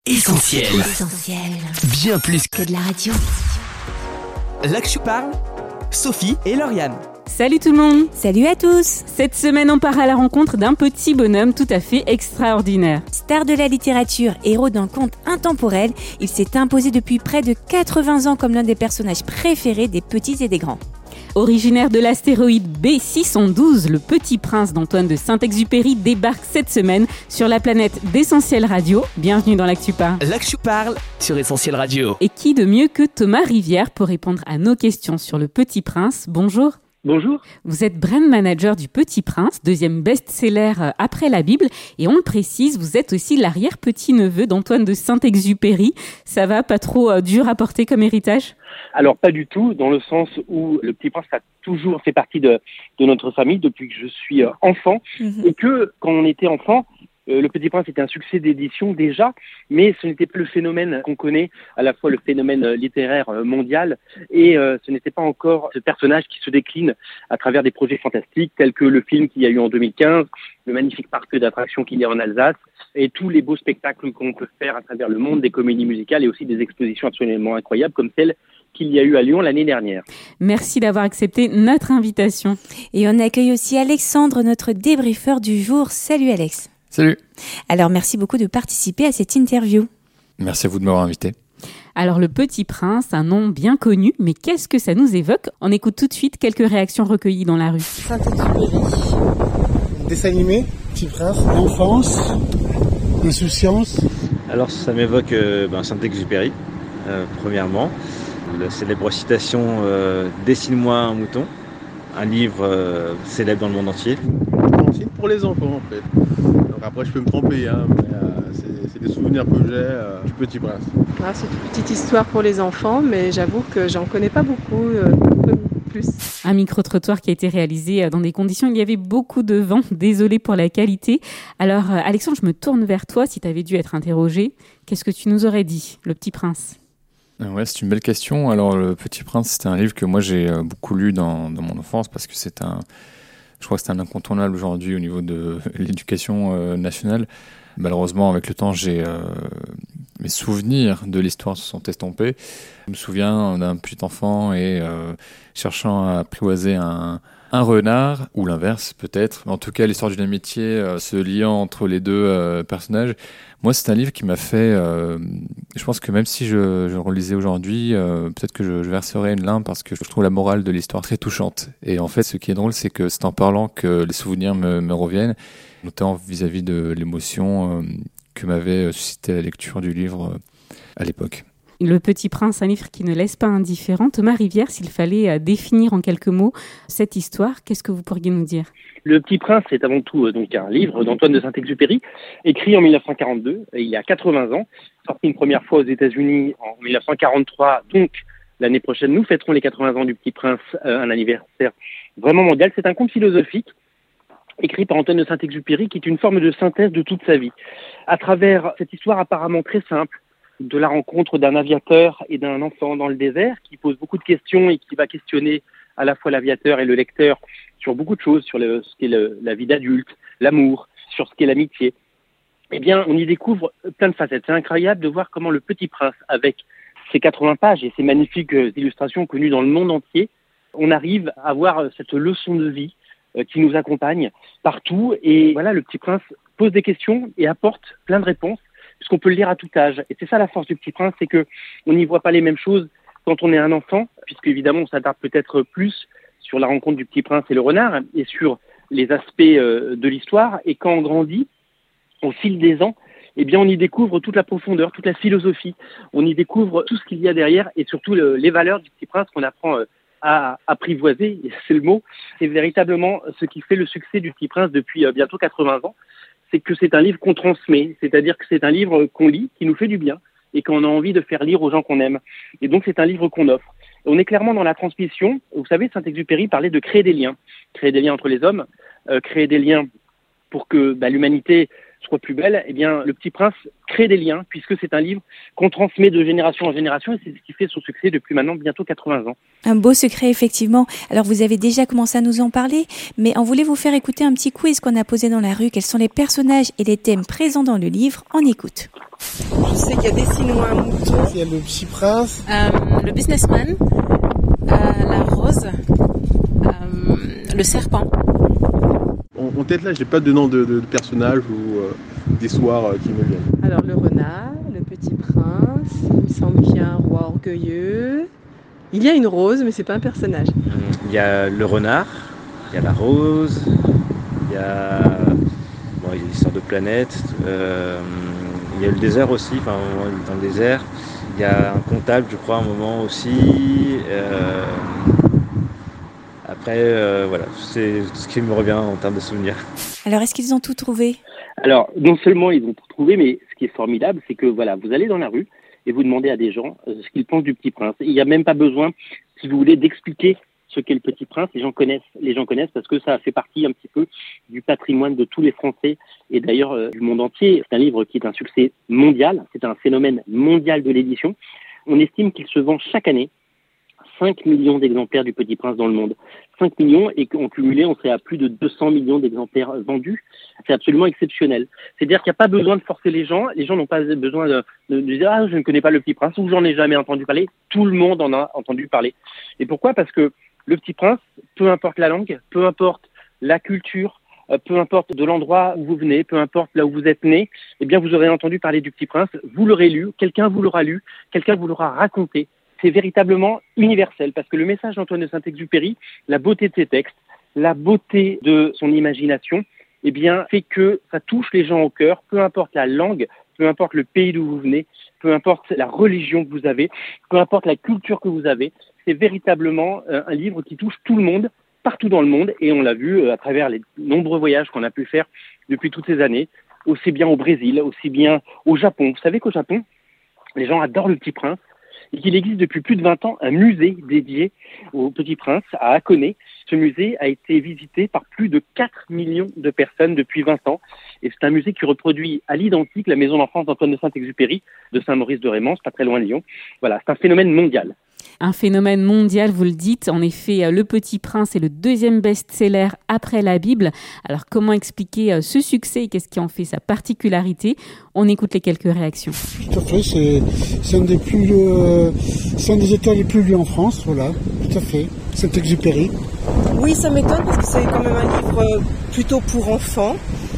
Essentiel. Bien plus que de la radio. L'Actu parle, Sophie et Lauriane. Salut tout le monde. Salut à tous. Cette semaine, on part à la rencontre d'un petit bonhomme tout à fait extraordinaire. Star de la littérature, héros d'un conte intemporel, il s'est imposé depuis près de 80 ans comme l'un des personnages préférés des petits et des grands. Originaire de l'astéroïde B612, le Petit Prince d'Antoine de Saint-Exupéry débarque cette semaine sur la planète d'Essentiel Radio. Bienvenue dans l'Actu parle. L'Actu parle sur Essentiel Radio. Et qui de mieux que Thomas Rivière pour répondre à nos questions sur le Petit Prince. Bonjour. Bonjour. Vous êtes brand manager du Petit Prince, deuxième best-seller après la Bible. Et on le précise, vous êtes aussi l'arrière-petit-neveu d'Antoine de Saint-Exupéry. Ça va, pas trop dur à porter comme héritage ? Alors pas du tout, dans le sens où le Petit Prince a toujours fait partie de notre famille depuis que je suis enfant. Et que quand on était enfant, le Petit Prince était un succès d'édition déjà, mais ce n'était pas le phénomène qu'on connaît, à la fois le phénomène littéraire mondial, et ce n'était pas encore ce personnage qui se décline à travers des projets fantastiques tels que le film qu'il y a eu en 2015, le magnifique parc d'attractions qu'il y a en Alsace, et tous les beaux spectacles qu'on peut faire à travers le monde des comédies musicales et aussi des expositions absolument incroyables comme celle qu'il y a eu à Lyon l'année dernière. Merci d'avoir accepté notre invitation. Et on accueille aussi Alexandre, notre débriefeur du jour. Salut Alex. Salut. Alors merci beaucoup de participer à cette interview. Merci à vous de m'avoir invité. Alors le Petit Prince, un nom bien connu, mais qu'est-ce que ça nous évoque ? On écoute tout de suite quelques réactions recueillies dans la rue. Saint-Exupéry, dessin animé, Petit Prince, l'enfance, l'insouciance. Alors ça m'évoque Saint-Exupéry, premièrement. La célèbre citation « Dessine-moi un mouton », un livre célèbre dans le monde entier. C'est pour les enfants en fait. Donc après je peux me tromper, mais c'est des souvenirs que j'ai du Petit Prince. C'est une petite histoire pour les enfants, mais j'avoue que j'en connais pas beaucoup plus. Un micro-trottoir qui a été réalisé dans des conditions, il y avait beaucoup de vent, désolé pour la qualité. Alors Alexandre, je me tourne vers toi, si tu avais dû être interrogé, qu'est-ce que tu nous aurais dit, le Petit Prince ? Ouais, c'est une belle question. Alors, Le Petit Prince, c'était un livre que moi j'ai beaucoup lu dans mon enfance parce que je crois que c'est un incontournable aujourd'hui au niveau de l'éducation nationale. Malheureusement, avec le temps, mes souvenirs de l'histoire se sont estompés. Je me souviens d'un petit enfant et cherchant à apprivoiser un renard, ou l'inverse peut-être. En tout cas, l'histoire d'une amitié se liant entre les deux personnages. Moi, c'est un livre qui m'a fait... je pense que même si je le relisais aujourd'hui, peut-être que je verserais une larme parce que je trouve la morale de l'histoire très touchante. Et en fait, ce qui est drôle, c'est que c'est en parlant que les souvenirs me reviennent, notamment vis-à-vis de l'émotion que m'avait suscité la lecture du livre à l'époque. Le Petit Prince, un livre qui ne laisse pas indifférent. Thomas Rivière, s'il fallait définir en quelques mots cette histoire, qu'est-ce que vous pourriez nous dire ? Le Petit Prince, c'est avant tout donc un livre d'Antoine de Saint-Exupéry, écrit en 1942, il y a 80 ans, sorti une première fois aux États-Unis en 1943, donc l'année prochaine, nous fêterons les 80 ans du Petit Prince, un anniversaire vraiment mondial. C'est un conte philosophique écrit par Antoine de Saint-Exupéry, qui est une forme de synthèse de toute sa vie. À travers cette histoire apparemment très simple, de la rencontre d'un aviateur et d'un enfant dans le désert, qui pose beaucoup de questions et qui va questionner à la fois l'aviateur et le lecteur sur beaucoup de choses, sur ce qu'est la vie d'adulte, l'amour, sur ce qu'est l'amitié. Eh bien, on y découvre plein de facettes. C'est incroyable de voir comment le Petit Prince, avec ses 80 pages et ses magnifiques illustrations connues dans le monde entier, on arrive à voir cette leçon de vie qui nous accompagne partout. Et voilà, le Petit Prince pose des questions et apporte plein de réponses, puisqu'on peut le lire à tout âge. Et c'est ça la force du Petit Prince, c'est que on n'y voit pas les mêmes choses quand on est un enfant, puisque évidemment on s'attarde peut-être plus sur la rencontre du Petit Prince et le renard, et sur les aspects de l'histoire. Et quand on grandit, au fil des ans, eh bien on y découvre toute la profondeur, toute la philosophie. On y découvre tout ce qu'il y a derrière, et surtout les valeurs du Petit Prince qu'on apprend à apprivoiser, c'est le mot. C'est véritablement ce qui fait le succès du Petit Prince depuis bientôt 80 ans. C'est que c'est un livre qu'on transmet, c'est-à-dire que c'est un livre qu'on lit, qui nous fait du bien, et qu'on a envie de faire lire aux gens qu'on aime. Et donc c'est un livre qu'on offre. Et on est clairement dans la transmission. Vous savez, Saint-Exupéry parlait de créer des liens entre les hommes, créer des liens pour que l'humanité soit plus belle, eh bien, Le Petit Prince crée des liens, puisque c'est un livre qu'on transmet de génération en génération, et c'est ce qui fait son succès depuis maintenant bientôt 80 ans. Un beau secret, effectivement. Alors, vous avez déjà commencé à nous en parler, mais on voulait vous faire écouter un petit quiz qu'on a posé dans la rue. Quels sont les personnages et les thèmes présents dans le livre? On écoute. Je sais qu'il y a Dessine-moi un mouton. Il y a Le Petit Prince. Le businessman. La rose. Le serpent. En tête là, j'ai pas de nom de personnage ou d'histoire qui me viennent. Alors le renard, le petit prince, il me semble qu'il y a un roi orgueilleux. Il y a une rose, mais c'est pas un personnage. Il y a le renard, il y a la rose, il y a une sorte de planète. Il y a le désert aussi, enfin dans le désert. Il y a un comptable, je crois, à un moment aussi. Après, voilà, c'est ce qui me revient en termes de souvenirs. Alors, est-ce qu'ils ont tout trouvé? Alors, non seulement ils ont tout trouvé, mais ce qui est formidable, c'est que voilà, vous allez dans la rue et vous demandez à des gens ce qu'ils pensent du Petit Prince. Il n'y a même pas besoin, si vous voulez, d'expliquer ce qu'est le Petit Prince. Les gens connaissent parce que ça fait partie un petit peu du patrimoine de tous les Français et d'ailleurs du monde entier. C'est un livre qui est un succès mondial. C'est un phénomène mondial de l'édition. On estime qu'il se vend chaque année 5 millions d'exemplaires du Petit Prince dans le monde. 5 millions, et qu'en cumulé, on serait à plus de 200 millions d'exemplaires vendus. C'est absolument exceptionnel. C'est-à-dire qu'il n'y a pas besoin de forcer les gens. Les gens n'ont pas besoin de dire « Ah, je ne connais pas le Petit Prince » ou « J'en ai jamais entendu parler ». Tout le monde en a entendu parler. Et pourquoi ? Parce que le Petit Prince, peu importe la langue, peu importe la culture, peu importe de l'endroit où vous venez, peu importe là où vous êtes né, eh bien, vous aurez entendu parler du Petit Prince, vous l'aurez lu, quelqu'un vous l'aura lu, quelqu'un vous l'aura raconté. C'est véritablement universel, parce que le message d'Antoine de Saint-Exupéry, la beauté de ses textes, la beauté de son imagination, eh bien, fait que ça touche les gens au cœur, peu importe la langue, peu importe le pays d'où vous venez, peu importe la religion que vous avez, peu importe la culture que vous avez. C'est véritablement un livre qui touche tout le monde, partout dans le monde, et on l'a vu à travers les nombreux voyages qu'on a pu faire depuis toutes ces années, aussi bien au Brésil, aussi bien au Japon. Vous savez qu'au Japon, les gens adorent le Petit Prince, et qu'il existe depuis plus de 20 ans un musée dédié au Petit Prince à Hakone. Ce musée a été visité par plus de 4 millions de personnes depuis 20 ans. Et c'est un musée qui reproduit à l'identique la maison d'enfance d'Antoine de Saint-Exupéry de Saint-Maurice-de-Raymond, pas très loin de Lyon. Voilà, c'est un phénomène mondial. Un phénomène mondial, vous le dites. En effet, Le Petit Prince est le deuxième best-seller après la Bible. Alors, comment expliquer ce succès et qu'est-ce qui en fait sa particularité? On écoute les quelques réactions. Tout à fait, c'est un des auteurs les plus lus en France, voilà, tout à fait. Saint-Exupéry. Oui, ça m'étonne parce que c'est quand même un livre plutôt pour enfants.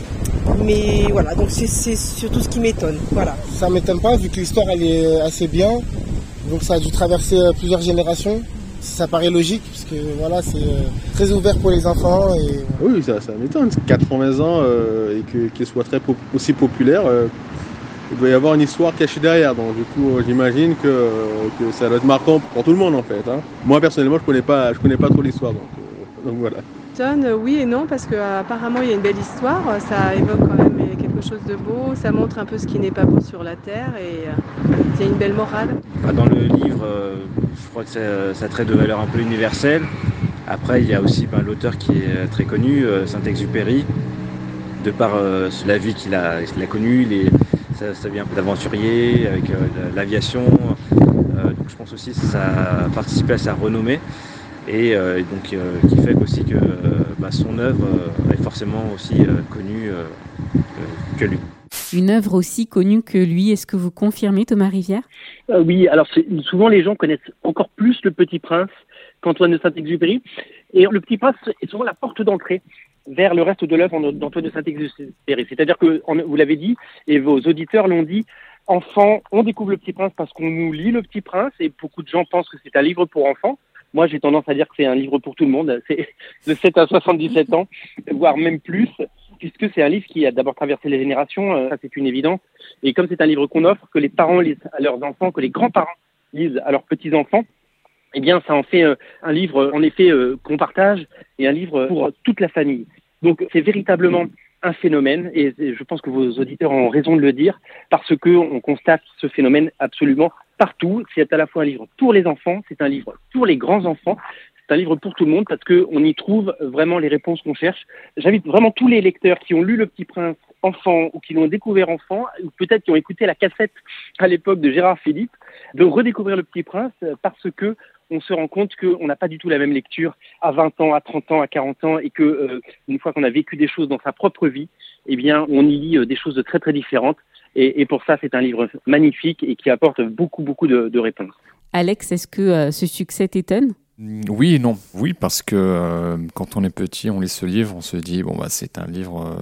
Mais voilà, donc c'est surtout ce qui m'étonne. Voilà. Ça m'étonne pas vu que l'histoire elle est assez bien. Donc ça a dû traverser plusieurs générations. Ça paraît logique parce que voilà, c'est très ouvert pour les enfants. Et... Oui, ça m'étonne. 80 ans et qu'il soit aussi populaire. Il doit y avoir une histoire cachée derrière. Donc du coup, j'imagine que ça doit être marquant pour tout le monde en fait. Hein. Moi personnellement, je connais pas trop l'histoire. Donc voilà. Oui et non, parce qu'apparemment il y a une belle histoire. Ça évoque quand même quelque chose de beau. Ça montre un peu ce qui n'est pas beau sur la terre et il y a une belle morale. Dans le livre, je crois que ça traite de valeurs un peu universelles. Après, il y a aussi l'auteur qui est très connu, Saint-Exupéry, de par la vie qu'il a connue, ça vient un peu d'aventurier avec l'aviation. Donc je pense aussi que ça a participé à sa renommée et donc qui fait aussi que son œuvre est forcément aussi connue que lui. Une œuvre aussi connue que lui, est-ce que vous confirmez, Thomas Rivière ? Oui, alors souvent les gens connaissent encore plus le Petit Prince qu'Antoine de Saint-Exupéry. Et le Petit Prince est souvent la porte d'entrée vers le reste de l'œuvre d'Antoine de Saint-Exupéry. C'est-à-dire que, vous l'avez dit, et vos auditeurs l'ont dit, enfants, on découvre le Petit Prince parce qu'on nous lit le Petit Prince, et beaucoup de gens pensent que c'est un livre pour enfants. Moi, j'ai tendance à dire que c'est un livre pour tout le monde. C'est de 7 à 77 ans, voire même plus, puisque c'est un livre qui a d'abord traversé les générations, ça c'est une évidence. Et comme c'est un livre qu'on offre, que les parents lisent à leurs enfants, que les grands-parents lisent à leurs petits-enfants, eh bien, ça en fait un livre, en effet, qu'on partage et un livre pour toute la famille. Donc, c'est véritablement un phénomène et je pense que vos auditeurs ont raison de le dire parce que on constate ce phénomène absolument partout. C'est à la fois un livre pour les enfants, c'est un livre pour les grands-enfants, c'est un livre pour tout le monde parce qu'on y trouve vraiment les réponses qu'on cherche. J'invite vraiment tous les lecteurs qui ont lu Le Petit Prince enfants ou qui l'ont découvert enfant, ou peut-être qui ont écouté la cassette à l'époque de Gérard Philippe, de redécouvrir Le Petit Prince parce que on se rend compte qu'on n'a pas du tout la même lecture à 20 ans, à 30 ans, à 40 ans et que une fois qu'on a vécu des choses dans sa propre vie, eh bien, on y lit des choses très très différentes. Et pour ça, c'est un livre magnifique et qui apporte beaucoup de réponses. Alex, est-ce que ce succès t'étonne ? Oui et non. Oui, parce que quand on est petit, on lit ce livre, on se dit, c'est un livre,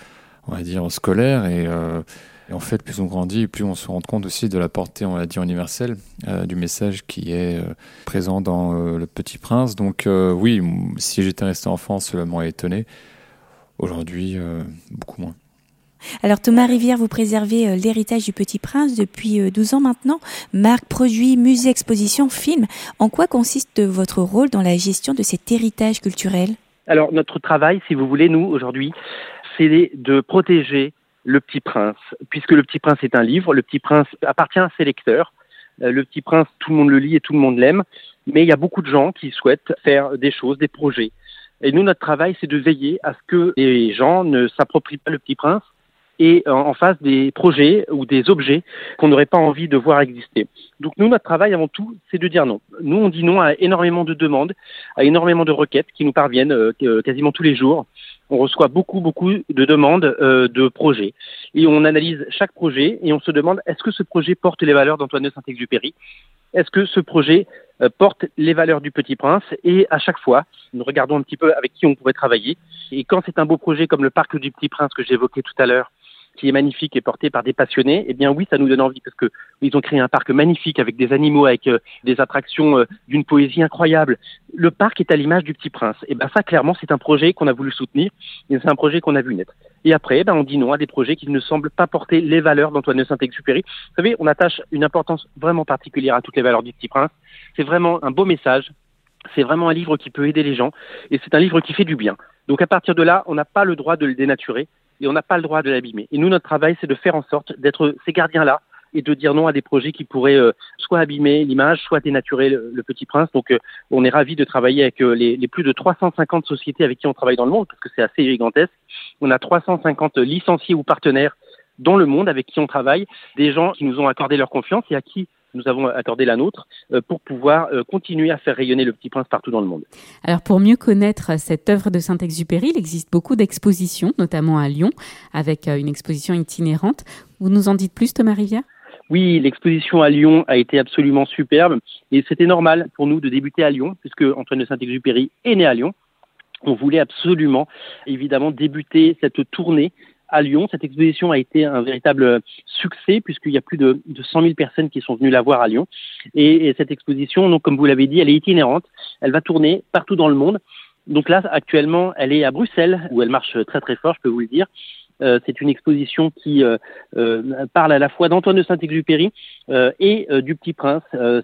on va dire, scolaire. Et en fait, plus on grandit, plus on se rend compte aussi de la portée, on va dire, universelle du message qui est présent dans Le Petit Prince. Donc oui, si j'étais resté enfant, cela m'aurait étonné. Aujourd'hui, beaucoup moins. Alors Thomas Rivière, vous préservez l'héritage du Petit Prince depuis 12 ans maintenant. Marque, produit, musée, exposition, film. En quoi consiste votre rôle dans la gestion de cet héritage culturel ? Alors notre travail, si vous voulez, nous, aujourd'hui, c'est de protéger Le Petit Prince. Puisque Le Petit Prince est un livre, Le Petit Prince appartient à ses lecteurs. Le Petit Prince, tout le monde le lit et tout le monde l'aime. Mais il y a beaucoup de gens qui souhaitent faire des choses, des projets. Et nous, notre travail, c'est de veiller à ce que les gens ne s'approprient pas Le Petit Prince et en face des projets ou des objets qu'on n'aurait pas envie de voir exister. Donc nous, notre travail avant tout, c'est de dire non. Nous, on dit non à énormément de demandes, à énormément de requêtes qui nous parviennent quasiment tous les jours. On reçoit beaucoup de demandes de projets. Et on analyse chaque projet et on se demande, est-ce que ce projet porte les valeurs d'Antoine de Saint-Exupéry ? Est-ce que ce projet porte les valeurs du Petit Prince ? Et à chaque fois, nous regardons un petit peu avec qui on pourrait travailler. Et quand c'est un beau projet comme le parc du Petit Prince que j'évoquais tout à l'heure, qui est magnifique et porté par des passionnés, eh bien oui, ça nous donne envie parce que ils ont créé un parc magnifique avec des animaux, avec des attractions d'une poésie incroyable. Le parc est à l'image du Petit Prince. Et ben ça, clairement, c'est un projet qu'on a voulu soutenir et c'est un projet qu'on a vu naître. Et après, on dit non à des projets qui ne semblent pas porter les valeurs d'Antoine de Saint-Exupéry. Vous savez, on attache une importance vraiment particulière à toutes les valeurs du Petit Prince. C'est vraiment un beau message. C'est vraiment un livre qui peut aider les gens et c'est un livre qui fait du bien. Donc à partir de là, on n'a pas le droit de le dénaturer et on n'a pas le droit de l'abîmer. Et nous, notre travail, c'est de faire en sorte d'être ces gardiens-là et de dire non à des projets qui pourraient soit abîmer l'image, soit dénaturer le Petit Prince. Donc on est ravis de travailler avec les plus de 350 sociétés avec qui on travaille dans le monde, parce que c'est assez gigantesque. On a 350 licenciés ou partenaires dans le monde avec qui on travaille, des gens qui nous ont accordé leur confiance et à qui nous avons accordé la nôtre pour pouvoir continuer à faire rayonner le Petit Prince partout dans le monde. Alors pour mieux connaître cette œuvre de Saint-Exupéry, il existe beaucoup d'expositions, notamment à Lyon, avec une exposition itinérante. Vous nous en dites plus, Thomas Rivière ? Oui, l'exposition à Lyon a été absolument superbe et c'était normal pour nous de débuter à Lyon puisque Antoine de Saint-Exupéry est né à Lyon. On voulait absolument, évidemment, débuter cette tournée à Lyon. Cette exposition a été un véritable succès puisqu'il y a plus de 100 000 personnes qui sont venues la voir à Lyon. Et cette exposition, donc, comme vous l'avez dit, elle est itinérante. Elle va tourner partout dans le monde. Donc là, actuellement, elle est à Bruxelles où elle marche très très fort, je peux vous le dire. C'est une exposition qui parle à la fois d'Antoine de Saint-Exupéry et du Petit Prince.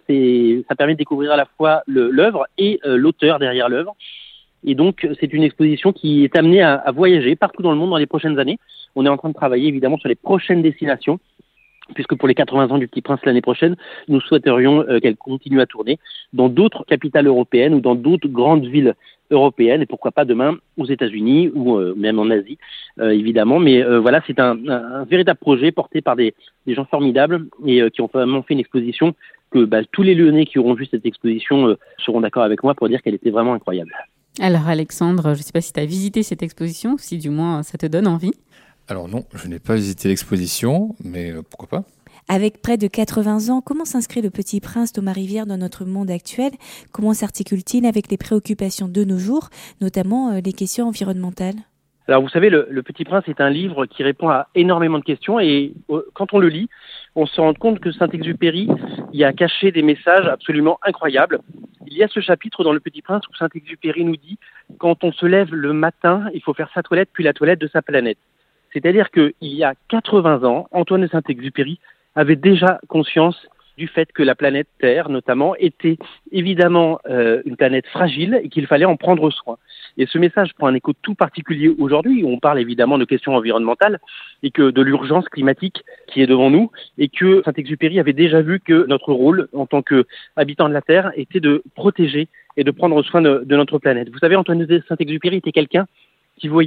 Ça permet de découvrir à la fois l'œuvre et l'auteur derrière l'œuvre. Et donc, c'est une exposition qui est amenée à voyager partout dans le monde dans les prochaines années. On est en train de travailler évidemment sur les prochaines destinations, puisque pour les 80 ans du Petit Prince l'année prochaine, nous souhaiterions qu'elle continue à tourner dans d'autres capitales européennes ou dans d'autres grandes villes européennes, et pourquoi pas demain aux États-Unis ou même en Asie, évidemment. Mais voilà, c'est un véritable projet porté par des gens formidables et qui ont vraiment fait une exposition que tous les Lyonnais qui auront vu cette exposition seront d'accord avec moi pour dire qu'elle était vraiment incroyable. Alors Alexandre, je ne sais pas si tu as visité cette exposition, si du moins ça te donne envie. Alors non, je n'ai pas visité l'exposition, mais pourquoi pas ? Avec près de 80 ans, comment s'inscrit le Petit Prince Thomas Rivière dans notre monde actuel ? Comment s'articule-t-il avec les préoccupations de nos jours, notamment les questions environnementales ? Alors vous savez, le Petit Prince est un livre qui répond à énormément de questions et quand on le lit, on se rend compte que Saint-Exupéry y a caché des messages absolument incroyables. Il y a ce chapitre dans le Petit Prince où Saint-Exupéry nous dit « Quand on se lève le matin, il faut faire sa toilette puis la toilette de sa planète ». C'est-à-dire qu'il y a 80 ans, Antoine de Saint-Exupéry avait déjà conscience du fait que la planète Terre, notamment, était évidemment une planète fragile et qu'il fallait en prendre soin. Et ce message prend un écho tout particulier aujourd'hui, où on parle évidemment de questions environnementales et que de l'urgence climatique qui est devant nous, et que Saint-Exupéry avait déjà vu que notre rôle en tant qu'habitant de la Terre était de protéger et de prendre soin de notre planète. Vous savez, Antoine de Saint-Exupéry était quelqu'un qui voyait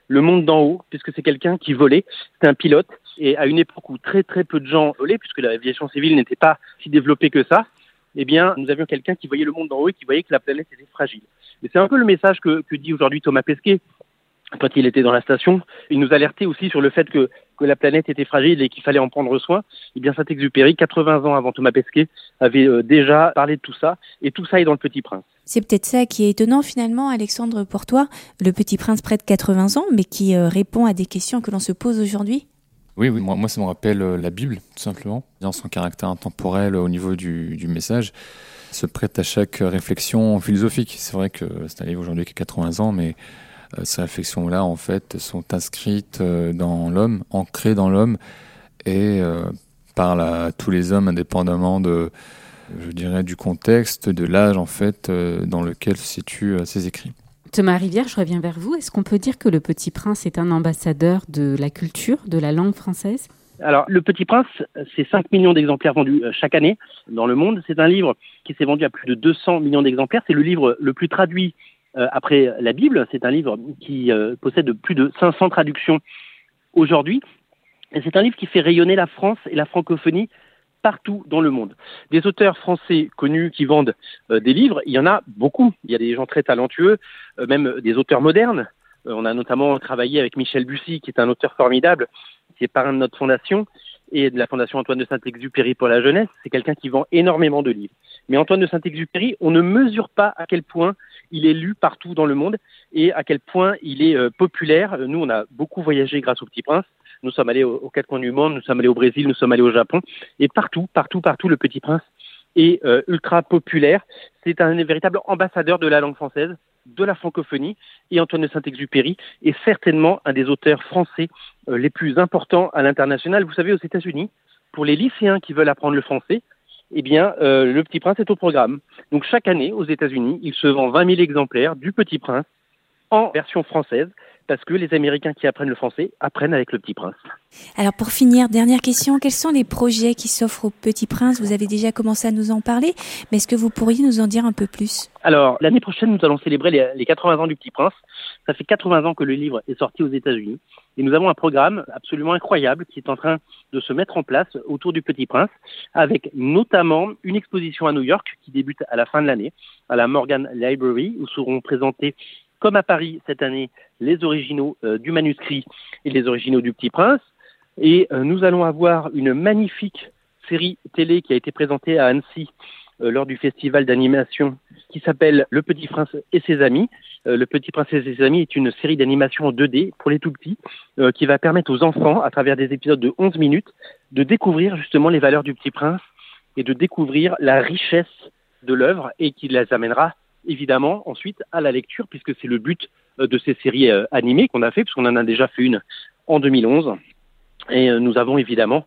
le monde d'en haut, puisque c'est quelqu'un qui volait, c'était un pilote, et à une époque où très très peu de gens volaient, puisque l'aviation civile n'était pas si développée que ça, eh bien, nous avions quelqu'un qui voyait le monde d'en haut et qui voyait que la planète était fragile. Et c'est un peu le message que dit aujourd'hui Thomas Pesquet. Quand il était dans la station, il nous alertait aussi sur le fait que la planète était fragile et qu'il fallait en prendre soin. Eh bien, Saint-Exupéry, 80 ans avant Thomas Pesquet, avait déjà parlé de tout ça. Et tout ça est dans Le Petit Prince. C'est peut-être ça qui est étonnant finalement, Alexandre, pour toi. Le Petit Prince près de 80 ans, mais qui répond à des questions que l'on se pose aujourd'hui. Oui, moi ça me rappelle la Bible, tout simplement. Dans son caractère intemporel au niveau du message, se prête à chaque réflexion philosophique. C'est vrai que c'est un livre aujourd'hui qui a 80 ans, mais ces réflexions-là, en fait, sont inscrites dans l'homme, ancrées dans l'homme, et parlent à tous les hommes, indépendamment je dirais, du contexte, de l'âge, en fait, dans lequel se situent ces écrits. Thomas Rivière, je reviens vers vous. Est-ce qu'on peut dire que Le Petit Prince est un ambassadeur de la culture, de la langue française ? Alors, Le Petit Prince, c'est 5 millions d'exemplaires vendus chaque année dans le monde. C'est un livre qui s'est vendu à plus de 200 millions d'exemplaires. C'est le livre le plus traduit après la Bible. C'est un livre qui possède plus de 500 traductions aujourd'hui. Et c'est un livre qui fait rayonner la France et la francophonie partout dans le monde. Des auteurs français connus qui vendent des livres, il y en a beaucoup. Il y a des gens très talentueux, même des auteurs modernes. On a notamment travaillé avec Michel Bussy, qui est un auteur formidable, qui est parrain de notre fondation et de la fondation Antoine de Saint-Exupéry pour la jeunesse. C'est quelqu'un qui vend énormément de livres. Mais Antoine de Saint-Exupéry, on ne mesure pas à quel point il est lu partout dans le monde et à quel point il est populaire. Nous, on a beaucoup voyagé grâce au Petit Prince. Nous sommes allés aux quatre coins du monde, nous sommes allés au Brésil, nous sommes allés au Japon. Et partout, Le Petit Prince est ultra populaire. C'est un véritable ambassadeur de la langue française, de la francophonie. Et Antoine de Saint-Exupéry est certainement un des auteurs français les plus importants à l'international. Vous savez, aux États-Unis, pour les lycéens qui veulent apprendre le français, eh bien, Le Petit Prince est au programme. Donc chaque année, aux États-Unis, il se vend 20 000 exemplaires du Petit Prince en version française, parce que les Américains qui apprennent le français apprennent avec Le Petit Prince. Alors pour finir, dernière question, quels sont les projets qui s'offrent au Petit Prince ? Vous avez déjà commencé à nous en parler, mais est-ce que vous pourriez nous en dire un peu plus ? Alors, l'année prochaine, nous allons célébrer les 80 ans du Petit Prince. Ça fait 80 ans que le livre est sorti aux États-Unis. Et nous avons un programme absolument incroyable qui est en train de se mettre en place autour du Petit Prince, avec notamment une exposition à New York qui débute à la fin de l'année, à la Morgan Library, où seront présentés, comme à Paris cette année, les originaux du manuscrit et les originaux du Petit Prince. Et nous allons avoir une magnifique série télé qui a été présentée à Annecy lors du festival d'animation qui s'appelle Le Petit Prince et ses amis. Le Petit Prince et ses amis est une série d'animation en 2D pour les tout-petits qui va permettre aux enfants, à travers des épisodes de 11 minutes, de découvrir justement les valeurs du Petit Prince et de découvrir la richesse de l'œuvre et qui les amènera évidemment ensuite à la lecture, puisque c'est le but de ces séries animées qu'on a fait, puisqu'on en a déjà fait une en 2011. Et nous avons évidemment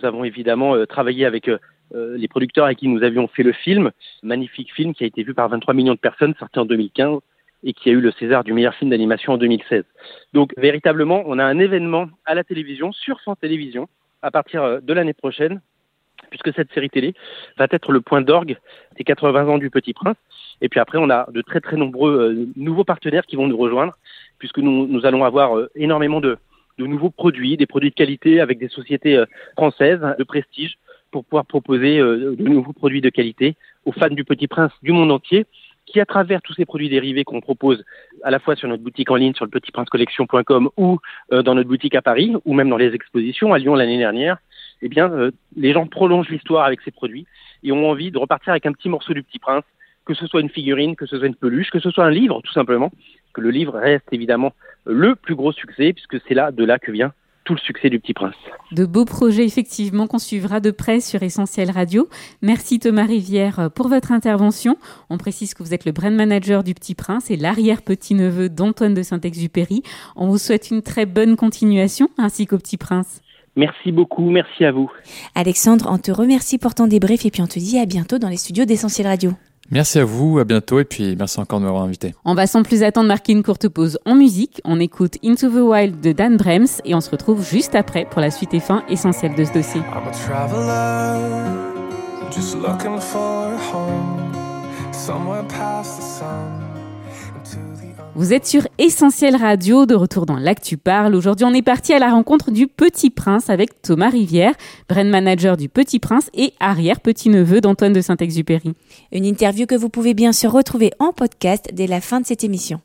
travaillé avec les producteurs avec qui nous avions fait le film, magnifique film qui a été vu par 23 millions de personnes, sorti en 2015 et qui a eu le César du meilleur film d'animation en 2016. Donc véritablement, on a un événement à la télévision, sur France Télévisions, à partir de l'année prochaine, puisque cette série télé va être le point d'orgue des 80 ans du Petit Prince. Et puis après, on a de très très nombreux nouveaux partenaires qui vont nous rejoindre, puisque nous allons avoir énormément de nouveaux produits, des produits de qualité avec des sociétés françaises de prestige pour pouvoir proposer de nouveaux produits de qualité aux fans du Petit Prince du monde entier, qui à travers tous ces produits dérivés qu'on propose à la fois sur notre boutique en ligne, sur le petitprincecollection.com ou dans notre boutique à Paris, ou même dans les expositions à Lyon l'année dernière, eh bien, les gens prolongent l'histoire avec ces produits et ont envie de repartir avec un petit morceau du Petit Prince, que ce soit une figurine, que ce soit une peluche, que ce soit un livre, tout simplement, que le livre reste évidemment le plus gros succès, puisque c'est de là que vient tout le succès du Petit Prince. De beaux projets, effectivement, qu'on suivra de près sur Essentiel Radio. Merci Thomas Rivière pour votre intervention. On précise que vous êtes le brand manager du Petit Prince et l'arrière-petit-neveu d'Antoine de Saint-Exupéry. On vous souhaite une très bonne continuation, ainsi qu'au Petit Prince. Merci beaucoup, merci à vous. Alexandre, on te remercie pour ton débrief et puis on te dit à bientôt dans les studios d'Essentiel Radio. Merci à vous, à bientôt et puis merci encore de m'avoir invité. On va sans plus attendre marquer une courte pause en musique. On écoute Into the Wild de Dan Brems et on se retrouve juste après pour la suite et fin essentielle de ce dossier. I'm a traveler, just looking for a home, somewhere past the sun. Vous êtes sur Essentiel Radio, de retour dans l'Actu Parle. Aujourd'hui, on est parti à la rencontre du Petit Prince avec Thomas Rivière, brand manager du Petit Prince et arrière-petit-neveu d'Antoine de Saint-Exupéry. Une interview que vous pouvez bien sûr retrouver en podcast dès la fin de cette émission.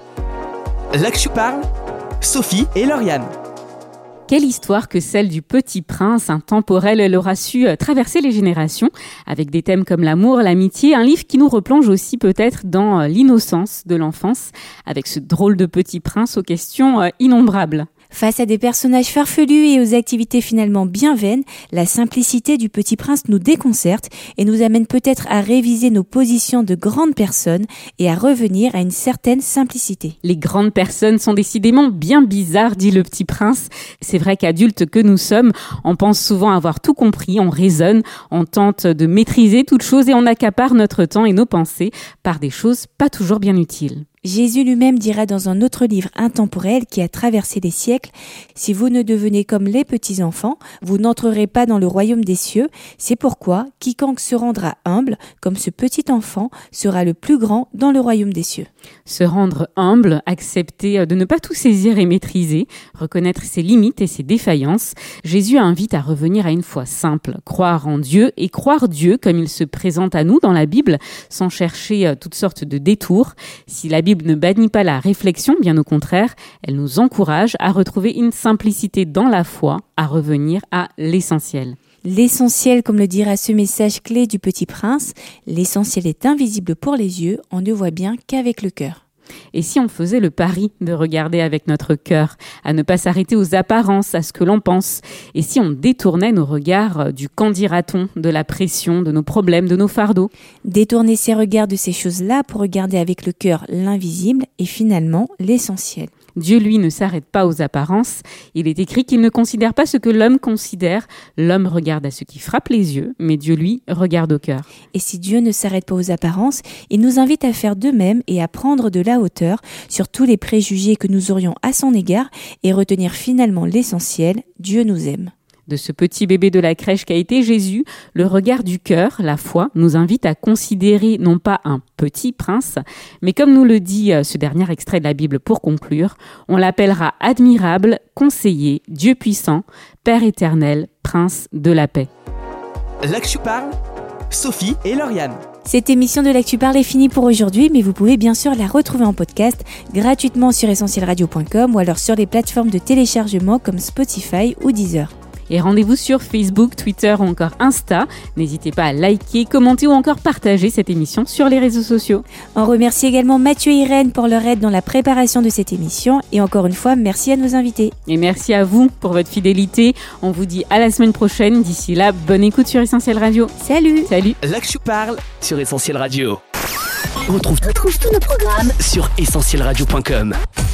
L'Actu Parle, Sophie et Lauriane. Quelle histoire que celle du Petit Prince, intemporel, elle aura su traverser les générations avec des thèmes comme l'amour, l'amitié, un livre qui nous replonge aussi peut-être dans l'innocence de l'enfance avec ce drôle de Petit Prince aux questions innombrables. Face à des personnages farfelus et aux activités finalement bien vaines, la simplicité du Petit Prince nous déconcerte et nous amène peut-être à réviser nos positions de grandes personnes et à revenir à une certaine simplicité. Les grandes personnes sont décidément bien bizarres, dit le Petit Prince. C'est vrai qu'adultes que nous sommes, on pense souvent avoir tout compris, on raisonne, on tente de maîtriser toute chose et on accapare notre temps et nos pensées par des choses pas toujours bien utiles. Jésus lui-même dira dans un autre livre intemporel qui a traversé les siècles, « Si vous ne devenez comme les petits-enfants, vous n'entrerez pas dans le royaume des cieux. C'est pourquoi quiconque se rendra humble, comme ce petit enfant, sera le plus grand dans le royaume des cieux. » Se rendre humble, accepter de ne pas tout saisir et maîtriser, reconnaître ses limites et ses défaillances. Jésus invite à revenir à une foi simple, croire en Dieu et croire Dieu comme il se présente à nous dans la Bible, sans chercher toutes sortes de détours. Si la Bible ne bannit pas la réflexion, bien au contraire, elle nous encourage à retrouver une simplicité dans la foi, à revenir à l'essentiel. L'essentiel, comme le dira ce message clé du Petit Prince, l'essentiel est invisible pour les yeux, on ne voit bien qu'avec le cœur. Et si on faisait le pari de regarder avec notre cœur, à ne pas s'arrêter aux apparences, à ce que l'on pense, et si on détournait nos regards du qu'en dira-t-on, de la pression, de nos problèmes, de nos fardeaux? Détourner ses regards de ces choses-là pour regarder avec le cœur l'invisible et finalement l'essentiel. Dieu, lui, ne s'arrête pas aux apparences. Il est écrit qu'il ne considère pas ce que l'homme considère. L'homme regarde à ce qui frappe les yeux, mais Dieu, lui, regarde au cœur. Et si Dieu ne s'arrête pas aux apparences, il nous invite à faire de même et à prendre de la hauteur sur tous les préjugés que nous aurions à son égard et retenir finalement l'essentiel, Dieu nous aime. De ce petit bébé de la crèche qu'a été Jésus, le regard du cœur, la foi, nous invite à considérer non pas un petit prince, mais comme nous le dit ce dernier extrait de la Bible pour conclure, on l'appellera admirable, conseiller, Dieu puissant, Père éternel, Prince de la paix. L'Actu Parle, Sophie et Lauriane. Cette émission de l'Actu Parle est finie pour aujourd'hui, mais vous pouvez bien sûr la retrouver en podcast gratuitement sur essentielradio.com ou alors sur les plateformes de téléchargement comme Spotify ou Deezer. Et rendez-vous sur Facebook, Twitter ou encore Insta. N'hésitez pas à liker, commenter ou encore partager cette émission sur les réseaux sociaux. On remercie également Mathieu et Irène pour leur aide dans la préparation de cette émission. Et encore une fois, merci à nos invités. Et merci à vous pour votre fidélité. On vous dit à la semaine prochaine. D'ici là, bonne écoute sur Essentiel Radio. Salut. Salut. L'Actu Parle sur Essentiel Radio. On retrouve tous nos programmes sur essentielradio.com.